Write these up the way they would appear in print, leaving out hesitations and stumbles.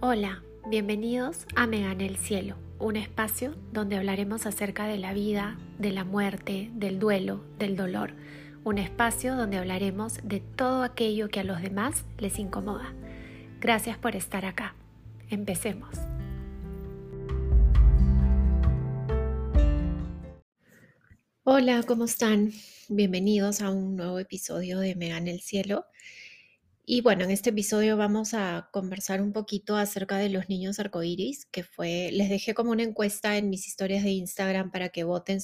Hola, bienvenidos a Me Gana el Cielo, un espacio donde hablaremos acerca de la vida, de la muerte, del duelo, del dolor. Un espacio donde hablaremos de todo aquello que a los demás les incomoda. Gracias por estar acá. Empecemos. Hola, ¿cómo están? Bienvenidos a un nuevo episodio de Me Gana el Cielo. Y bueno, en este episodio vamos a conversar un poquito acerca de los niños arcoíris, les dejé como una encuesta en mis historias de Instagram para que voten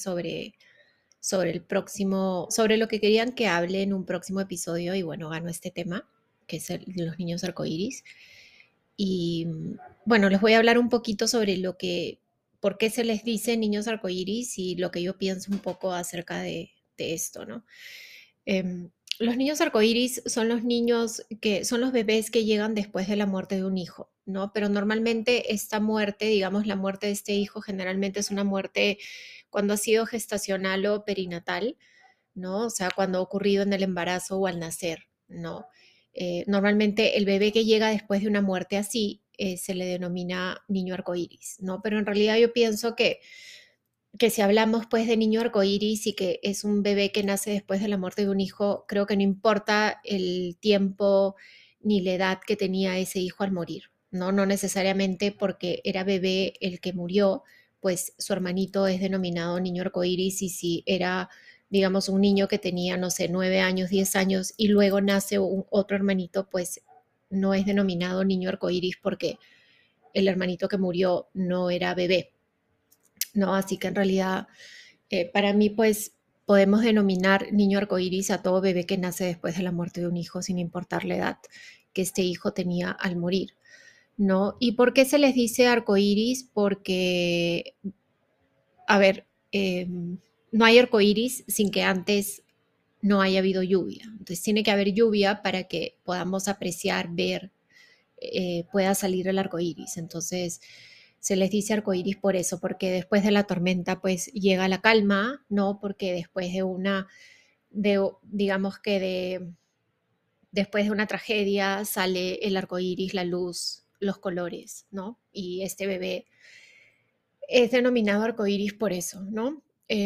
sobre lo que querían que hable en un próximo episodio y bueno, ganó este tema, que es el de los niños arcoíris. Y bueno, les voy a hablar un poquito sobre por qué se les dice niños arcoíris y lo que yo pienso un poco acerca de esto, ¿no? Em, los niños arcoíris son son los bebés que llegan después de la muerte de un hijo, ¿no? Pero normalmente esta muerte, digamos, la muerte de este hijo generalmente es una muerte cuando ha sido gestacional o perinatal, ¿no? O sea, cuando ha ocurrido en el embarazo o al nacer, ¿no? Normalmente el bebé que llega después de una muerte así se le denomina niño arcoíris, ¿no? Pero en realidad yo pienso que si hablamos pues de niño arcoíris y que es un bebé que nace después de la muerte de un hijo, creo que no importa el tiempo ni la edad que tenía ese hijo al morir, ¿no? No necesariamente porque era bebé el que murió, pues su hermanito es denominado niño arcoíris y si era, digamos, un niño que tenía, no sé, 9 años, 10 años y luego nace otro hermanito, pues no es denominado niño arcoíris porque el hermanito que murió no era bebé, ¿no? Así que en realidad, para mí, pues podemos denominar niño arcoíris a todo bebé que nace después de la muerte de un hijo, sin importar la edad que este hijo tenía al morir, ¿no? ¿Y por qué se les dice arcoíris? Porque, a ver, no hay arcoíris sin que antes no haya habido lluvia. Entonces tiene que haber lluvia para que podamos apreciar, ver, pueda salir el arco iris. Entonces se les dice arco iris por eso, porque después de la tormenta pues llega la calma, ¿no? Porque después digamos que después de una tragedia sale el arco iris, la luz, los colores, ¿no? Y este bebé es denominado arco iris por eso, ¿no?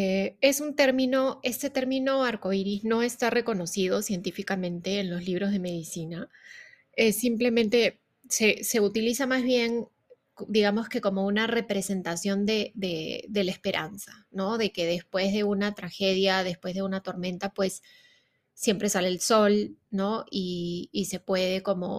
Este término arcoíris no está reconocido científicamente en los libros de medicina. Simplemente se utiliza más bien, digamos que como una representación de la esperanza, ¿no? De que después de una tragedia, después de una tormenta, pues siempre sale el sol, ¿no? Y se puede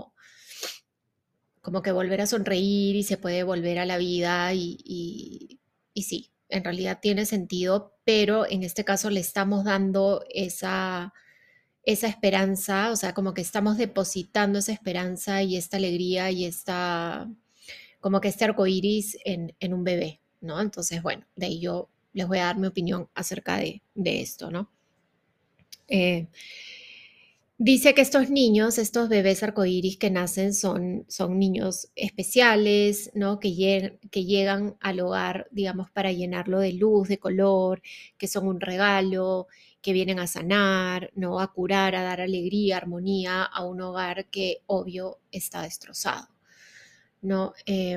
como que volver a sonreír y se puede volver a la vida y sí, en realidad tiene sentido, pero en este caso le estamos dando esa esperanza, o sea, como que estamos depositando esa esperanza y esta alegría y como que este arco iris en un bebé, ¿no? Entonces, bueno, de ahí yo les voy a dar mi opinión acerca de esto, ¿no? Eh, Dice que estos niños, estos bebés arcoíris que nacen son niños especiales, ¿no? Que llegan al hogar, digamos, para llenarlo de luz, de color, que son un regalo, que vienen a sanar, ¿no? A curar, a dar alegría, armonía a un hogar que, obvio, está destrozado, ¿no?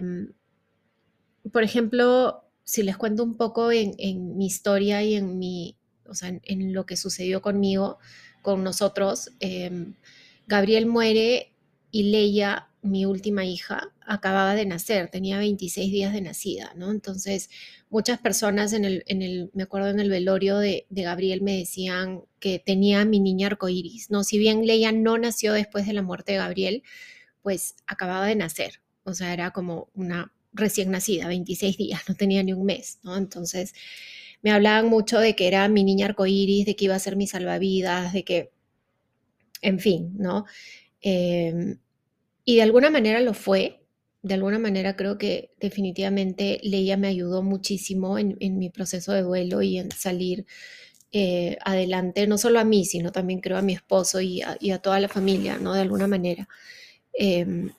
Por ejemplo, si les cuento un poco en mi historia y o sea, en lo que sucedió conmigo, con nosotros, Gabriel muere y Leia, mi última hija, acababa de nacer, tenía 26 días de nacida, ¿no? Entonces, muchas personas me acuerdo en el velorio de Gabriel me decían que tenía mi niña arcoíris, ¿no? Si bien Leia no nació después de la muerte de Gabriel, pues acababa de nacer, o sea, era como una recién nacida, 26 días, no tenía ni un mes, ¿no? Entonces me hablaban mucho de que era mi niña arcoíris, de que iba a ser mi salvavidas, de que, en fin, ¿no? Eh, y de alguna manera lo fue, de alguna manera creo que definitivamente Leia me ayudó muchísimo en mi proceso de duelo y en salir adelante, no solo a mí, sino también creo a mi esposo y a toda la familia, ¿no? De alguna manera. Eh,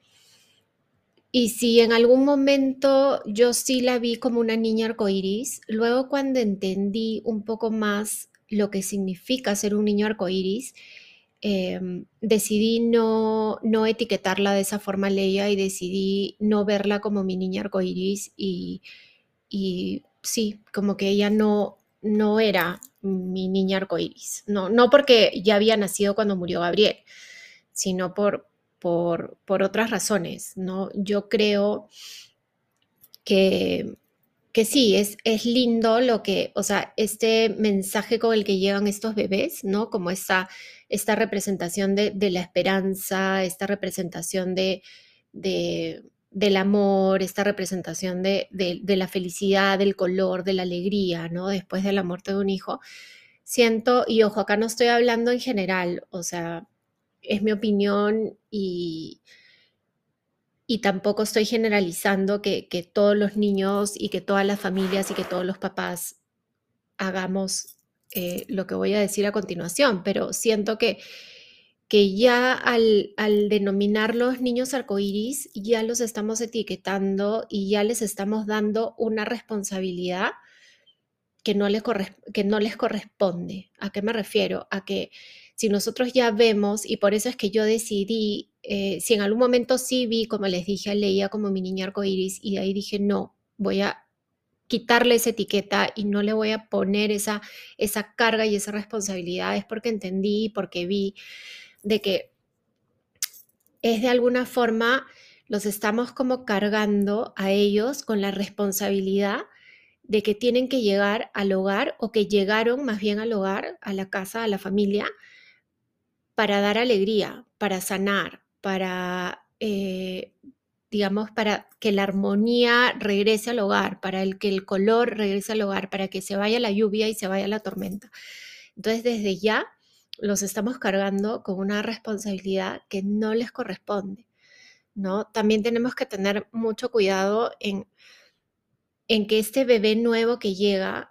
Y si en algún momento yo sí la vi como una niña arcoíris, luego cuando entendí un poco más lo que significa ser un niño arcoíris, decidí no etiquetarla de esa forma, Leia, y decidí no verla como mi niña arcoíris y sí, como que ella no era mi niña arcoíris. No porque ya había nacido cuando murió Gabriel, sino por otras razones, ¿no? Yo creo que, que sí, es lindo lo que, o sea, este mensaje con el que llegan estos bebés, ¿no? Como esta representación de la esperanza, esta representación del amor, esta representación de la felicidad, del color, de la alegría, ¿no? Después de la muerte de un hijo. Siento, y ojo, acá no estoy hablando en general, o sea, es mi opinión y tampoco estoy generalizando que todos los niños y que todas las familias y que todos los papás hagamos lo que voy a decir a continuación, pero siento que ya al denominar los niños arcoíris, ya los estamos etiquetando y ya les estamos dando una responsabilidad que no les corresponde. ¿A qué me refiero? A que si nosotros ya vemos, y por eso es que yo decidí, si en algún momento sí vi, como les dije a Leia, como mi niña arcoíris, y de ahí dije, no, voy a quitarle esa etiqueta y no le voy a poner esa carga y esa responsabilidad, es porque entendí, porque vi de que es de alguna forma, los estamos como cargando a ellos con la responsabilidad de que tienen que llegar al hogar o que llegaron más bien al hogar, a la casa, a la familia, para dar alegría, para sanar, digamos, para que la armonía regrese al hogar, que el color regrese al hogar, para que se vaya la lluvia y se vaya la tormenta. Entonces, desde ya los estamos cargando con una responsabilidad que no les corresponde, ¿no? También tenemos que tener mucho cuidado en que este bebé nuevo que llega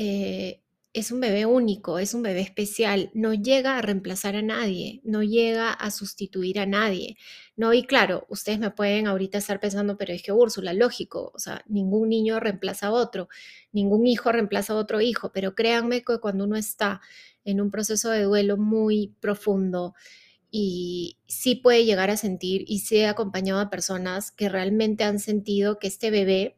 es un bebé único, es un bebé especial, no llega a reemplazar a nadie, no llega a sustituir a nadie, ¿no? Y claro, ustedes me pueden ahorita estar pensando, pero es que Úrsula, lógico, o sea, ningún niño reemplaza a otro, ningún hijo reemplaza a otro hijo, pero créanme que cuando uno está en un proceso de duelo muy profundo, y sí puede llegar a sentir y se ha acompañado a personas que realmente han sentido que este bebé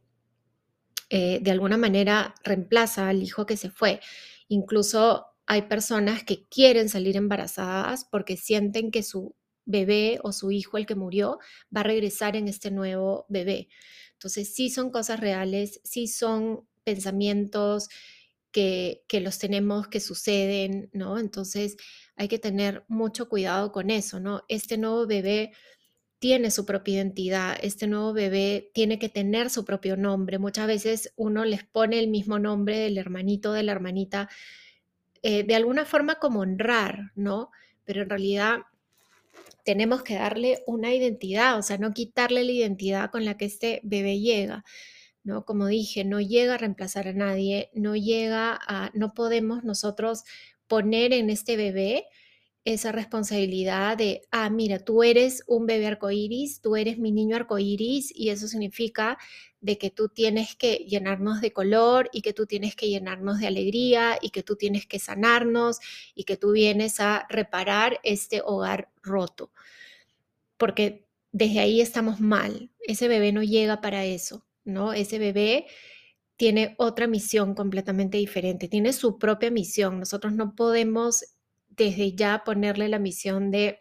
de alguna manera reemplaza al hijo que se fue. Incluso hay personas que quieren salir embarazadas porque sienten que su bebé o su hijo, el que murió, va a regresar en este nuevo bebé. Entonces, sí son cosas reales, sí son pensamientos que los tenemos, que suceden, ¿no? Entonces, hay que tener mucho cuidado con eso, ¿no? Este nuevo bebé tiene su propia identidad, este nuevo bebé tiene que tener su propio nombre. Muchas veces uno les pone el mismo nombre del hermanito, de la hermanita, de alguna forma como honrar, ¿no? Pero en realidad tenemos que darle una identidad, o sea, no quitarle la identidad con la que este bebé llega, ¿no? Como dije, no llega a reemplazar a nadie, no podemos nosotros poner en este bebé esa responsabilidad de, mira, tú eres un bebé arcoíris, tú eres mi niño arcoíris y eso significa de que tú tienes que llenarnos de color y que tú tienes que llenarnos de alegría y que tú tienes que sanarnos y que tú vienes a reparar este hogar roto, porque desde ahí estamos mal. Ese bebé no llega para eso, ¿no? Ese bebé tiene otra misión completamente diferente, tiene su propia misión. Nosotros no podemos desde ya ponerle la misión de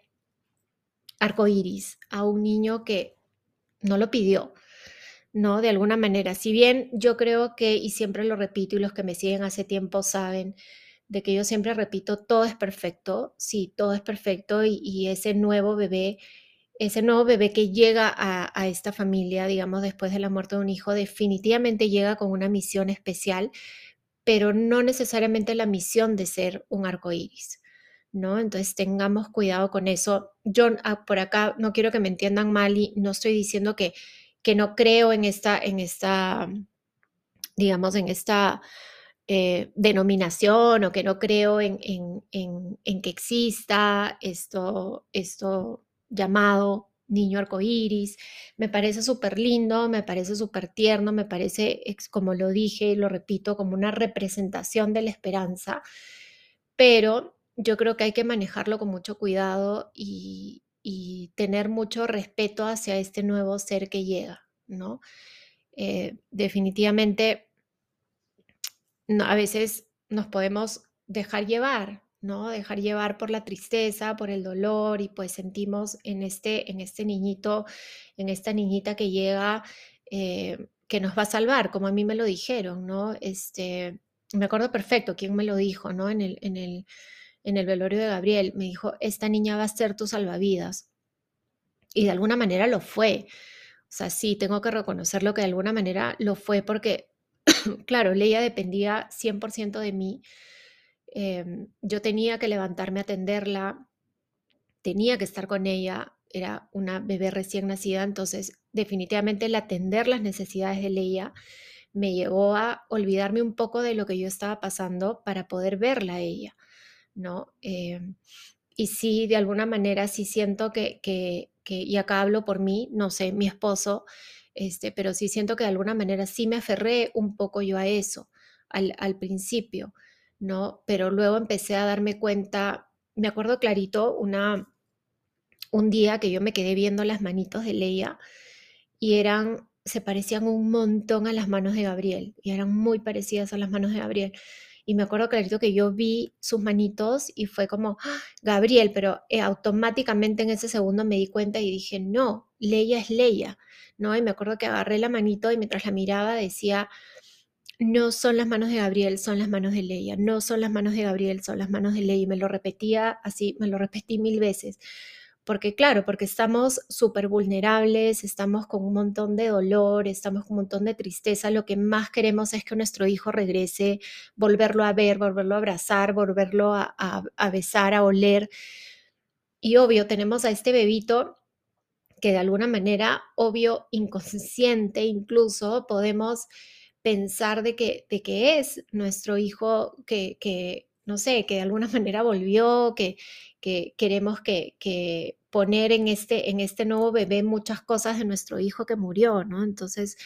arcoíris a un niño que no lo pidió, ¿no? De alguna manera. Si bien yo creo que, y siempre lo repito, y los que me siguen hace tiempo saben, de que yo siempre repito, todo es perfecto, sí, todo es perfecto, y ese nuevo bebé que llega a esta familia, digamos, después de la muerte de un hijo, definitivamente llega con una misión especial, pero no necesariamente la misión de ser un arco iris, ¿no? Entonces tengamos cuidado con eso. Yo por acá no quiero que me entiendan mal y no estoy diciendo que no creo en esta, digamos, en esta denominación o que no creo en que exista esto llamado niño arcoíris. Me parece súper lindo, me parece súper tierno, me parece, como lo dije y lo repito, como una representación de la esperanza, pero yo creo que hay que manejarlo con mucho cuidado y tener mucho respeto hacia este nuevo ser que llega, ¿no? Definitivamente a veces nos podemos dejar llevar, ¿no? Dejar llevar por la tristeza, por el dolor y pues sentimos en este niñito, en esta niñita que llega, que nos va a salvar, como a mí me lo dijeron, ¿no? Me acuerdo perfecto quién me lo dijo, ¿no? En el velorio de Gabriel, me dijo, esta niña va a ser tu salvavidas. Y de alguna manera lo fue. O sea, sí, tengo que reconocerlo que de alguna manera lo fue porque claro, Leia dependía 100% de mí. Yo tenía que levantarme a atenderla, tenía que estar con ella, era una bebé recién nacida, entonces definitivamente el atender las necesidades de Leia me llevó a olvidarme un poco de lo que yo estaba pasando para poder verla a ella, ¿no? Y sí, de alguna manera sí siento y acá hablo por mí, no sé, mi esposo, pero sí siento que de alguna manera sí me aferré un poco yo a eso al principio, ¿no? Pero luego empecé a darme cuenta, me acuerdo clarito, un día que yo me quedé viendo las manitos de Leia y se parecían un montón a las manos de Gabriel y eran muy parecidas a las manos de Gabriel. Y me acuerdo clarito que yo vi sus manitos y fue como, ¡ah! Gabriel, pero automáticamente en ese segundo me di cuenta y dije, no, Leia es Leia, ¿no? Y me acuerdo que agarré la manito y mientras la miraba decía, no son las manos de Gabriel, son las manos de Leia, no son las manos de Gabriel, son las manos de Leia. Y me lo repetía así, me lo repetí 1000 veces. Porque claro, porque estamos súper vulnerables, estamos con un montón de dolor, estamos con un montón de tristeza. Lo que más queremos es que nuestro hijo regrese, volverlo a ver, volverlo a abrazar, volverlo a besar, a oler. Y obvio, tenemos a este bebito que de alguna manera, obvio, inconsciente incluso, podemos pensar de que es nuestro hijo no sé, que de alguna manera volvió, que queremos que poner en este nuevo bebé muchas cosas de nuestro hijo que murió, ¿no? Entonces,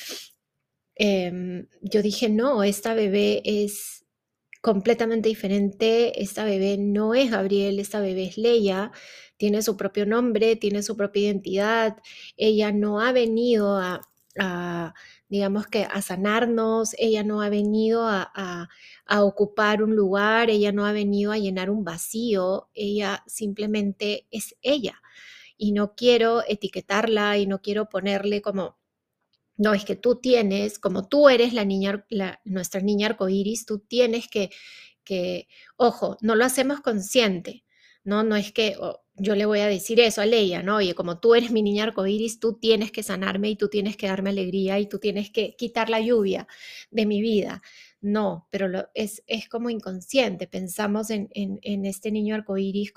yo dije, no, esta bebé es completamente diferente. Esta bebé no es Gabriel, esta bebé es Leia, tiene su propio nombre, tiene su propia identidad. Ella no ha venido a, digamos que, a sanarnos, ella no ha venido a ocupar un lugar, ella no ha venido a llenar un vacío, ella simplemente es ella. Y no quiero etiquetarla y no quiero ponerle como no, es que tú tienes, como tú eres la niña, nuestra niña arcoíris, tú tienes ojo, no lo hacemos consciente, ¿no? No es que yo le voy a decir eso a Leia, ¿no? Oye, como tú eres mi niña arcoíris, tú tienes que sanarme y tú tienes que darme alegría y tú tienes que quitar la lluvia de mi vida. No, pero es como inconsciente. Pensamos en este niño arcoíris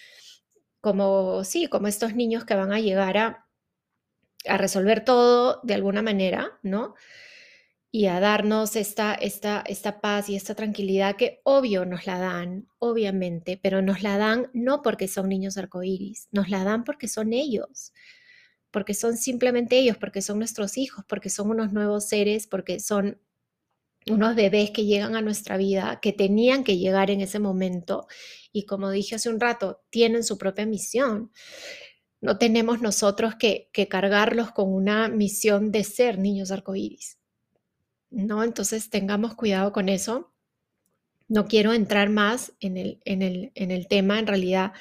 sí, como estos niños que van a llegar a resolver todo de alguna manera, ¿no? Y a darnos esta paz y esta tranquilidad que obvio nos la dan, obviamente, pero nos la dan no porque son niños arcoíris, nos la dan porque son ellos, porque son simplemente ellos, porque son nuestros hijos, porque son unos nuevos seres, porque son unos bebés que llegan a nuestra vida, que tenían que llegar en ese momento y como dije hace un rato, tienen su propia misión. No tenemos nosotros que cargarlos con una misión de ser niños arcoíris, ¿no? Entonces tengamos cuidado con eso. No quiero entrar más en el tema. En realidad,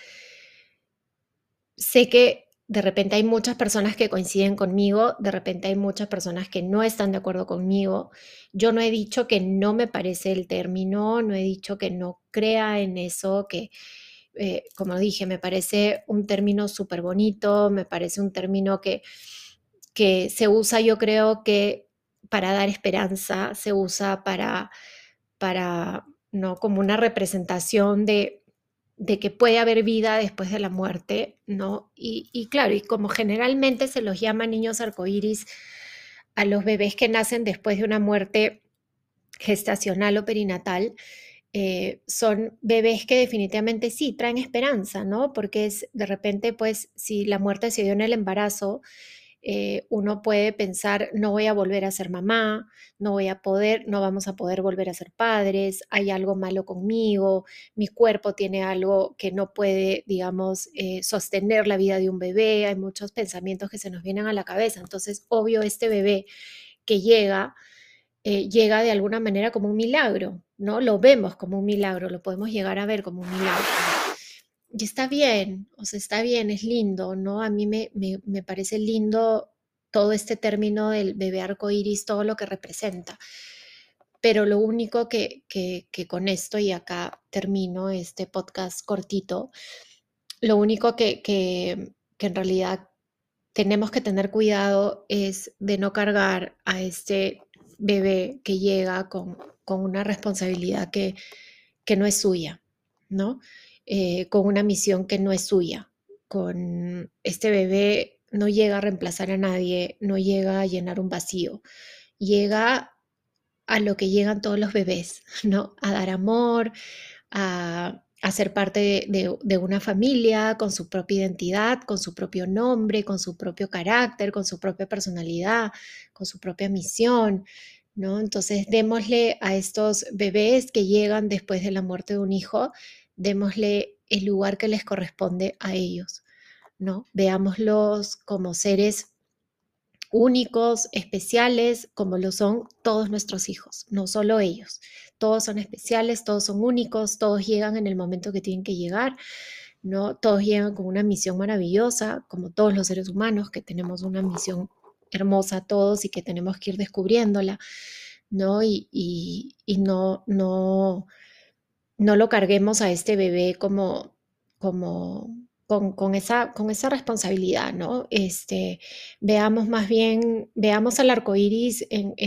sé que de repente hay muchas personas que coinciden conmigo, de repente hay muchas personas que no están de acuerdo conmigo. Yo no he dicho que no me parece el término, no he dicho que no crea en eso, como dije, me parece un término súper bonito, me parece un término que se usa, yo creo que para dar esperanza, se usa para ¿no? Como una representación de que puede haber vida después de la muerte, ¿no? Y claro, y como generalmente se los llama niños arcoíris a los bebés que nacen después de una muerte gestacional o perinatal, son bebés que definitivamente sí traen esperanza, ¿no? Porque es de repente, pues, si la muerte se dio en el embarazo, Uno puede pensar, no voy a volver a ser mamá, no vamos a poder volver a ser padres, hay algo malo conmigo, mi cuerpo tiene algo que no puede, digamos, sostener la vida de un bebé, hay muchos pensamientos que se nos vienen a la cabeza. Entonces, obvio, este bebé que llega de alguna manera como un milagro, ¿no? Lo vemos como un milagro, lo podemos llegar a ver como un milagro. Y está bien, o sea, está bien, es lindo, ¿no? A mí me parece lindo todo este término del bebé arcoíris, todo lo que representa. Pero lo único que con esto, y acá termino este podcast cortito, lo único que en realidad tenemos que tener cuidado es de no cargar a este bebé que llega con una responsabilidad que no es suya, ¿no? Con una misión que no es suya. Con este bebé no llega a reemplazar a nadie, no llega a llenar un vacío, llega a lo que llegan todos los bebés, ¿no? A dar amor, a ser parte de una familia con su propia identidad, con su propio nombre, con su propio carácter, con su propia personalidad, con su propia misión, ¿no? Entonces, démosle a estos bebés que llegan después de la muerte de un hijo, démosle el lugar que les corresponde a ellos, ¿no? Veámoslos como seres únicos, especiales, como lo son todos nuestros hijos, no solo ellos. Todos son especiales, todos son únicos, todos llegan en el momento que tienen que llegar, ¿no? Todos llegan con una misión maravillosa, como todos los seres humanos, que tenemos una misión hermosa todos y que tenemos que ir descubriéndola, ¿no? Y no lo carguemos a este bebé como con esa responsabilidad, ¿no? Veamos más bien, veamos al arco iris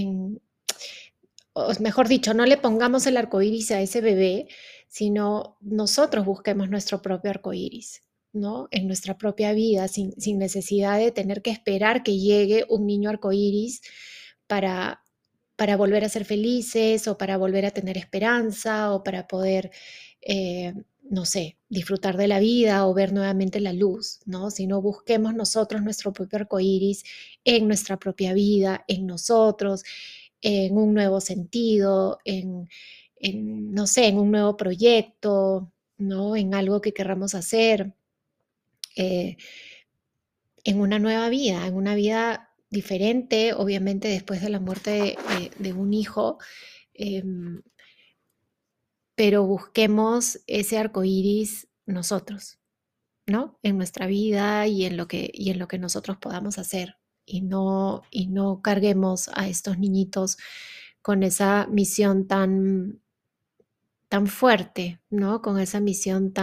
o mejor dicho, no le pongamos el arco iris a ese bebé, sino nosotros busquemos nuestro propio arco iris, ¿no? En nuestra propia vida, sin necesidad de tener que esperar que llegue un niño arco iris para, para volver a ser felices o para volver a tener esperanza o para poder, no sé, disfrutar de la vida o ver nuevamente la luz, ¿no? Sino busquemos nosotros nuestro propio arco iris en nuestra propia vida, en nosotros, en un nuevo sentido, no sé, en un nuevo proyecto, ¿no? En algo que querramos hacer, eh, en una nueva vida, en una vida diferente, obviamente después de la muerte de un hijo, em, pero busquemos ese arco iris nosotros, ¿no? En nuestra vida y en lo que nosotros podamos hacer. Y no carguemos a estos niñitos con esa misión tan fuerte, ¿no? Con esa misión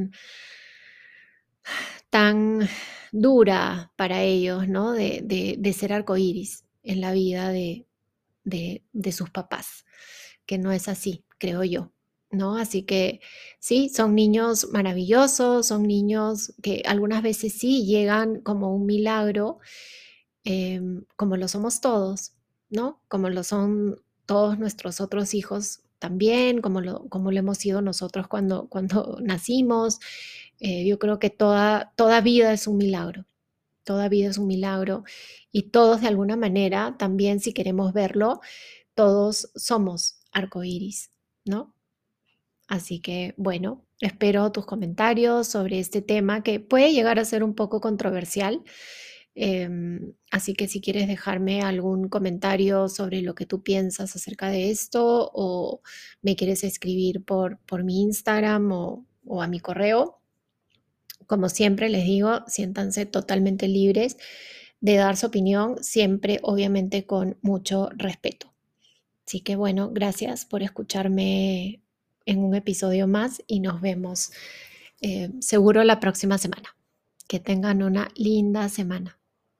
tan dura para ellos, ¿no? De ser arcoíris en la vida de sus papás, que no es así, creo yo, ¿no? Así que sí, son niños maravillosos, son niños que algunas veces sí llegan como un milagro, como lo somos todos, ¿no? Como lo son todos nuestros otros hijos también, como lo hemos sido nosotros cuando nacimos. Yo creo que toda vida es un milagro, toda vida es un milagro y todos de alguna manera, también si queremos verlo, todos somos arcoíris, ¿no? Así que bueno, espero tus comentarios sobre este tema que puede llegar a ser un poco controversial. Así que si quieres dejarme algún comentario sobre lo que tú piensas acerca de esto o me quieres escribir por mi Instagram o a mi correo, como siempre les digo, siéntanse totalmente libres de dar su opinión, siempre obviamente con mucho respeto. Así que bueno, gracias por escucharme en un episodio más y nos vemos seguro la próxima semana. Que tengan una linda semana.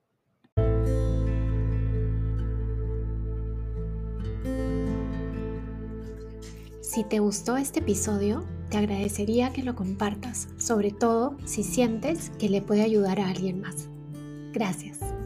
Si te gustó este episodio, te agradecería que lo compartas, sobre todo si sientes que le puede ayudar a alguien más. Gracias.